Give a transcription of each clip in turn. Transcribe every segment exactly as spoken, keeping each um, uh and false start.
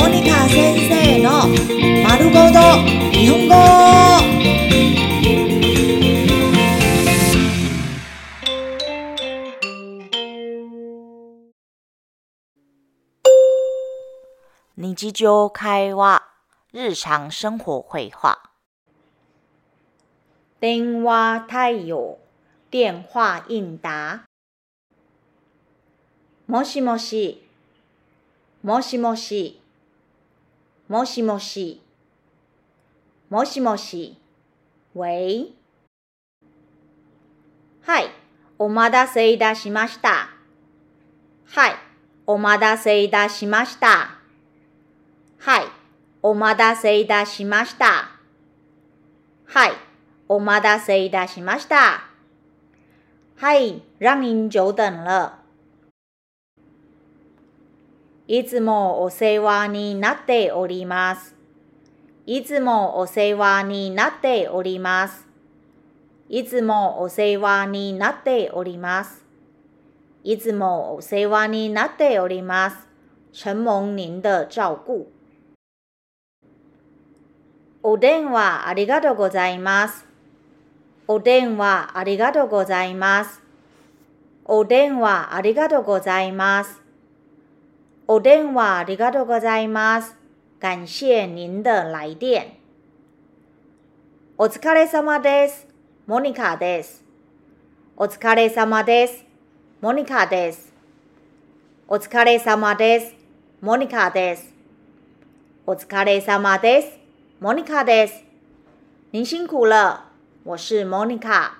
モニカ先生の丸ごと日本語。日常会話、日常生活会話。電話対応、電話應答。もしもし、もしもし、もしもし、もしもし、喂。はい、お待たせいたしました。はい、お待たせいたしました。はい、お待たせいたしました。はい、お待たせいたしました。はい、让您久等了。いつもお世話になっております。いつもお世話になっております。いつもお世話になっております。いつもお世話になっております。承蒙您的照顧。お電話ありがとうございます。お電話ありがとうございます。お電話ありがとうございます。お電話ありがとうございます。感謝您的来電。お疲れ様です。モニカです。お疲れ様です。モニカです。お疲れ様です。モニカです。お疲れ様です。モニカです。您辛苦了。我是モニカ。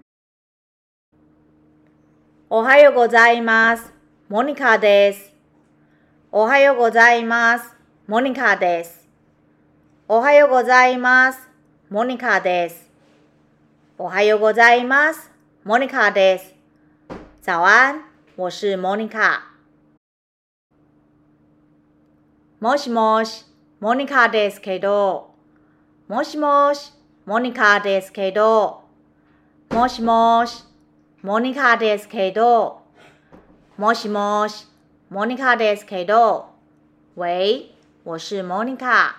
おはようございます。モニカです。おはようございます。モニカです。おはようございます。モニカです。おはようございます。モニカです。早安，我是モニカ。もしもし、モニカですけど。もしもし、モニカですけど。もしもし、モニカですけど。もしもし、モニカですけど。喂，我是モニカ。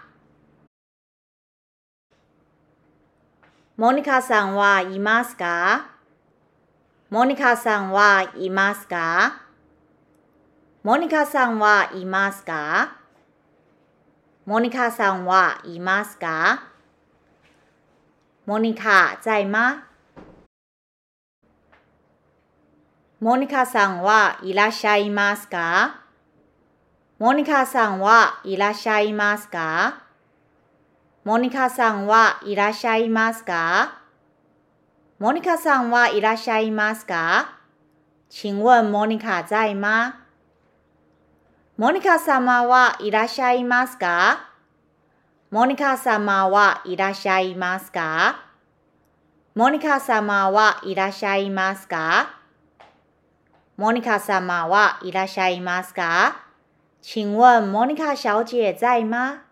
モニカさんはいますか？モニカさんはいますか？モニカさんはいますか？モニカさんはいますか？モニカ在吗？モニカさんはいらっしゃいますか？モニカさんはいらっしゃいますか？モニカさんはいらっしゃいますか？モニカさんはいらっしゃいますか？请問モニカ在吗？モニカ様はいらっしゃいますか？モニカ様はいらっしゃいますか？モニカ様はいらっしゃいますか？モニカ様はいらっしゃいますか？请問モニカ小姐在吗？